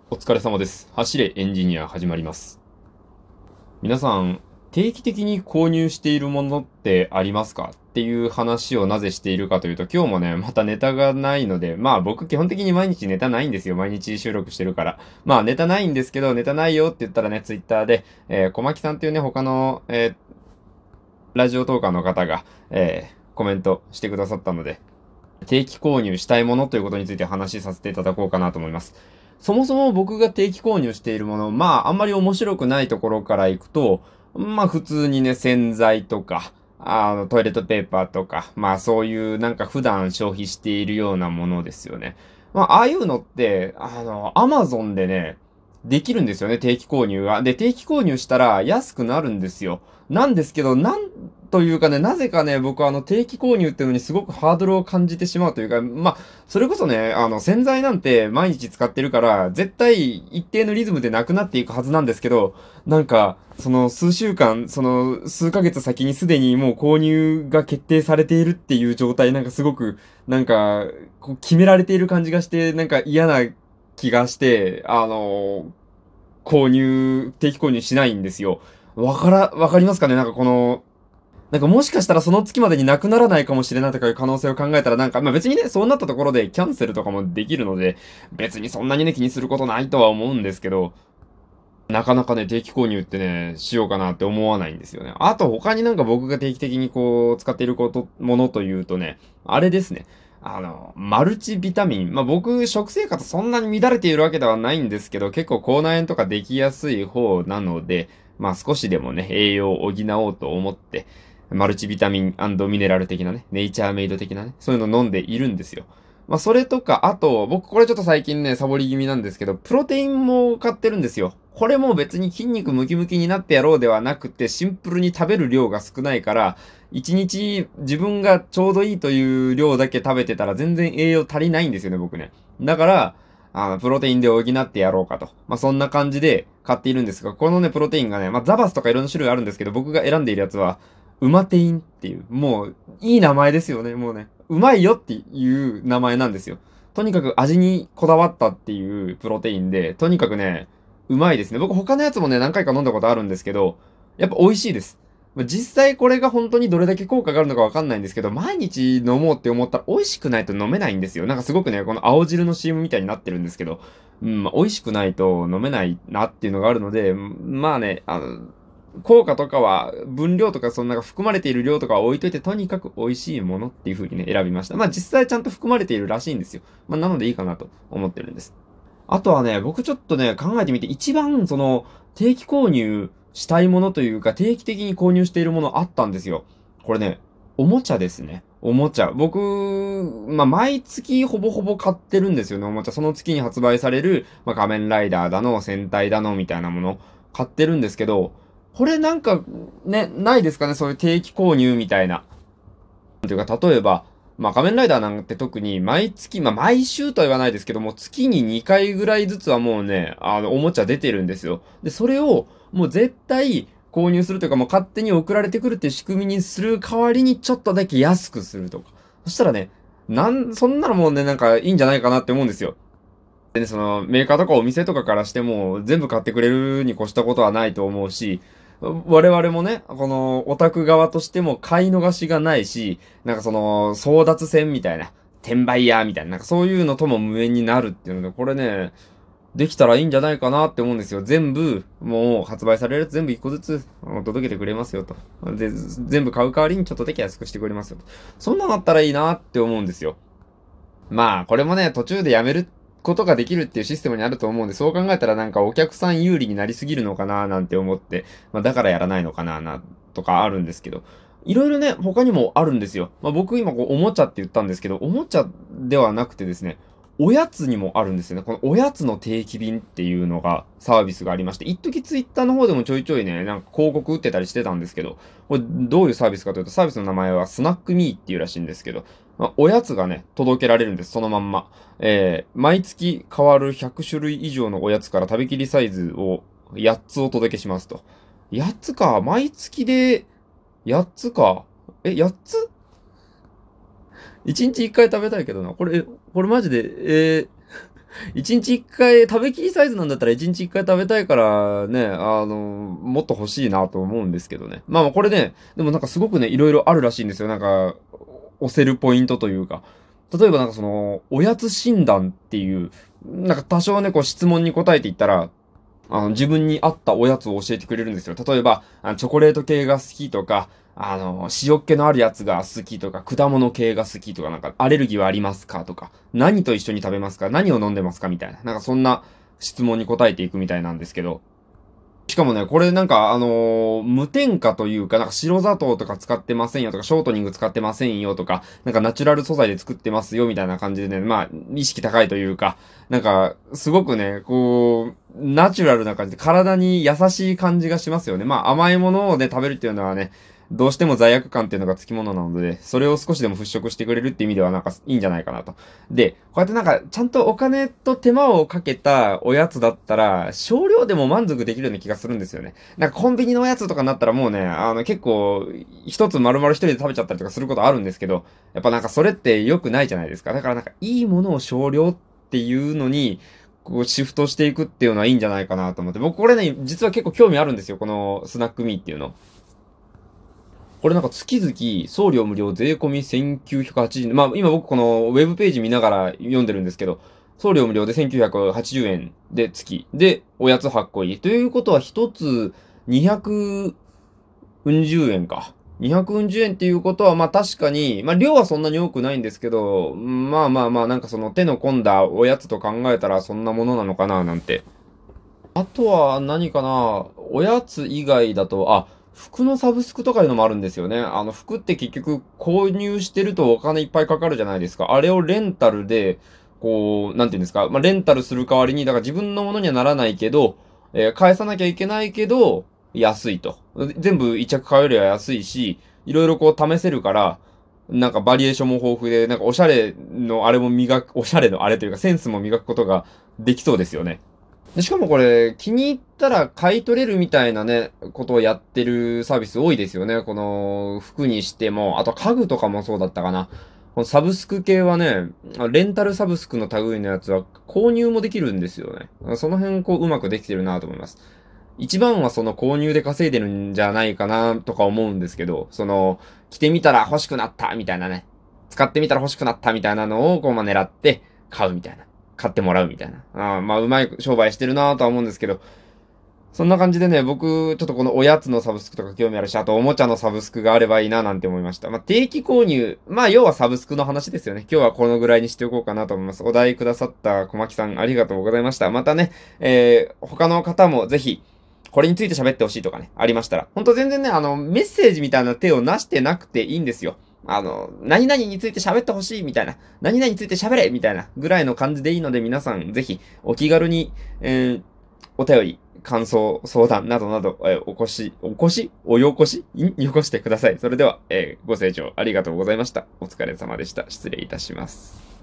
お疲れ様です。走れエンジニア始まります。皆さん、定期的に購入しているものってありますかっていう話をなぜしているかというと、今日もね、またネタがないので、まあ僕基本的に毎日ネタないんですよ。毎日収録してるから。まあネタないんですけど、ネタないよって言ったらね、ツイッターで、小牧さんっていうね、他の、ラジオトーカーの方が、コメントしてくださったので、定期購入したいものということについて話しさせていただこうかなと思います。そもそも僕が定期購入しているもの、まあ、あんまり面白くないところから行くと、まあ、普通にね、洗剤とか、トイレットペーパーとか、まあ、そういうなんか普段消費しているようなものですよね。まあ、ああいうのって、アマゾンでね、できるんですよね、定期購入が。で、定期購入したら安くなるんですよ。なんですけど、なんというかね、なぜかね、僕は定期購入っていうのにすごくハードルを感じてしまうというか、まあ、それこそね、洗剤なんて毎日使ってるから、絶対一定のリズムでなくなっていくはずなんですけど、なんか、その数週間、その数ヶ月先にすでにもう購入が決定されているっていう状態、なんかすごく、なんか、こう決められている感じがして、なんか嫌な気がして、定期購入しないんですよ。わかりますかねなんかこの、なんかもしかしたらその月までになくならないかもしれないとかいう可能性を考えたらなんか、まあ別にね、そうなったところでキャンセルとかもできるので、別にそんなにね気にすることないとは思うんですけど、なかなかね、定期購入ってね、しようかなって思わないんですよね。あと他になんか僕が定期的にこう、使っているものというとね、あれですね。マルチビタミン。まあ、僕、食生活そんなに乱れているわけではないんですけど、結構口内炎とかできやすい方なので、まあ、少しでもね、栄養を補おうと思って、マルチビタミンミネラル的なね、ネイチャーメイド的なね、そういうの飲んでいるんですよ。まあ、それとか、あと、僕これちょっと最近ね、サボり気味なんですけど、プロテインも買ってるんですよ。これも別に筋肉ムキムキになってやろうではなくて、シンプルに食べる量が少ないから、一日自分がちょうどいいという量だけ食べてたら全然栄養足りないんですよね、僕ね。だから、プロテインで補ってやろうかと。まあ、そんな感じで買っているんですが、このね、プロテインがね、まあ、ザバスとかいろんな種類あるんですけど、僕が選んでいるやつは、ウマテインっていう、もう、いい名前ですよね、もうね。うまいよっていう名前なんですよ。とにかく味にこだわったっていうプロテインで、とにかくね、うまいですね。僕他のやつもね、何回か飲んだことあるんですけど、やっぱ美味しいです。実際これが本当にどれだけ効果があるのかわかんないんですけど、毎日飲もうって思ったら美味しくないと飲めないんですよ。なんかすごくね、この青汁の CM みたいになってるんですけど、うん、まあ、美味しくないと飲めないなっていうのがあるので、まあね、効果とかは、分量とかそのなんか含まれている量とかは置いといて、とにかく美味しいものっていう風にね、選びました。まあ実際ちゃんと含まれているらしいんですよ。まあなのでいいかなと思ってるんです。あとはね、僕ちょっとね、考えてみて、一番その、定期購入したいものというか、定期的に購入しているものあったんですよ。これね、おもちゃですね。おもちゃ。僕、まあ、毎月ほぼほぼ買ってるんですよね、おもちゃ。その月に発売される、まあ、仮面ライダーだの、戦隊だの、みたいなもの、買ってるんですけど、これなんか、ね、ないですかね、そういう定期購入みたいな。というか、例えば、まあ、仮面ライダーなんて特に毎月、まあ、毎週とは言わないですけども、月に2回ぐらいずつはもうね、おもちゃ出てるんですよ。で、それを、もう絶対購入するというか、もう勝手に送られてくるっていう仕組みにする代わりにちょっとだけ安くするとか。そしたらね、そんなのもうね、なんかいいんじゃないかなって思うんですよ。でね、その、メーカーとかお店とかからしても、全部買ってくれるに越したことはないと思うし、我々もね、この、オタク側としても買い逃しがないし、なんかその、争奪戦みたいな、転売屋みたいな、なんかそういうのとも無縁になるっていうので、これね、できたらいいんじゃないかなって思うんですよ。全部、もう発売されるやつ全部一個ずつ届けてくれますよと。で、全部買う代わりにちょっとだけ安くしてくれますよと。そんなのあったらいいなって思うんですよ。まあ、これもね、途中でやめることができるっていうシステムにあると思うんで、そう考えたらなんかお客さん有利になりすぎるのかななんて思って、まあだからやらないのかなとかあるんですけど、いろいろね、他にもあるんですよ。まあ僕今こうおもちゃって言ったんですけど、おもちゃではなくてですね、おやつにもあるんですよね。このおやつの定期便っていうのが、サービスがありまして、一時ツイッターの方でもちょいちょいね、なんか広告打ってたりしてたんですけど、これどういうサービスかというと、サービスの名前はスナックミーっていうらしいんですけど、まあ、おやつがね、届けられるんです、そのまんま。毎月変わる100種類以上のおやつから食べきりサイズを8つお届けしますと。8つか、毎月で8つか。8つ？ 1 日1回食べたいけどな。これマジで、 一日一回、食べきりサイズなんだったら一日一回食べたいからね、もっと欲しいなと思うんですけどね。まあまあこれね、でもなんかすごくね、いろいろあるらしいんですよ。なんか、押せるポイントというか。例えばなんかその、おやつ診断っていう、なんか多少ね、こう質問に答えていったら、自分に合ったおやつを教えてくれるんですよ。例えば、チョコレート系が好きとか、塩っ気のあるやつが好きとか、果物系が好きとか、なんか、アレルギーはありますかとか、何と一緒に食べますか何を飲んでますかみたいな。なんかそんな質問に答えていくみたいなんですけど、しかもね、これなんか、無添加というか、なんか白砂糖とか使ってませんよとか、ショートニング使ってませんよとか、なんかナチュラル素材で作ってますよみたいな感じでね、まあ、意識高いというか、なんか、すごくね、こう、ナチュラルな感じで、体に優しい感じがしますよね。まあ、甘いものをね、食べるっていうのはね、どうしても罪悪感っていうのがつきものなので、それを少しでも払拭してくれるっていう意味ではなんかいいんじゃないかなと。で、こうやってなんか、ちゃんとお金と手間をかけたおやつだったら、少量でも満足できるような気がするんですよね。なんかコンビニのおやつとかになったらもうね、結構、一つ丸々一人で食べちゃったりとかすることあるんですけど、やっぱなんかそれって良くないじゃないですか。だからなんか、いいものを少量っていうのに、こう、シフトしていくっていうのはいいんじゃないかなと思って。僕これね、実は結構興味あるんですよ。このスナックミーっていうの。これなんか月々送料無料税込み1980円。まあ今僕このウェブページ見ながら読んでるんですけど、送料無料で1980円で月。で、おやつ8個入り。ということは一つ200うん十円か。200うん十円っていうことはまあ確かに、まあ量はそんなに多くないんですけど、まあまあまあなんかその手の込んだおやつと考えたらそんなものなのかななんて。あとは何かな、おやつ以外だと、服のサブスクとかいうのもあるんですよね。服って結局購入してるとお金いっぱいかかるじゃないですか。あれをレンタルで、こう、なんていうんですか。まあ、レンタルする代わりに、だから自分のものにはならないけど、返さなきゃいけないけど、安いと。全部一着買うよりは安いし、いろいろこう試せるから、なんかバリエーションも豊富で、なんかおしゃれのあれもおしゃれのあれというかセンスも磨くことができそうですよね。で、しかもこれ、気に入ったら買い取れるみたいなね、ことをやってるサービス多いですよね。この、服にしても、あと家具とかもそうだったかな。このサブスク系はね、レンタルサブスクの類のやつは購入もできるんですよね。その辺こううまくできてるなと思います。一番はその購入で稼いでるんじゃないかなとか思うんですけど、その、着てみたら欲しくなったみたいなね。使ってみたら欲しくなったみたいなのをこうまあ狙って買うみたいな。買ってもらうみたいな。まあ、うまい商売してるなとは思うんですけど、そんな感じでね、僕、ちょっとこのおやつのサブスクとか興味あるし、あとおもちゃのサブスクがあればいいななんて思いました。まあ、定期購入。まあ、要はサブスクの話ですよね。今日はこのぐらいにしておこうかなと思います。お題くださった小牧さん、ありがとうございました。またね、他の方もぜひ、これについて喋ってほしいとかね、ありましたら。ほんと全然ね、メッセージみたいな手をなしてなくていいんですよ。何々について喋ってほしいみたいな、何々について喋れみたいなぐらいの感じでいいので、皆さんぜひお気軽に、お便り、感想、相談などなど、およこしよこしてください。それでは、ご清聴ありがとうございました。お疲れ様でした。失礼いたします。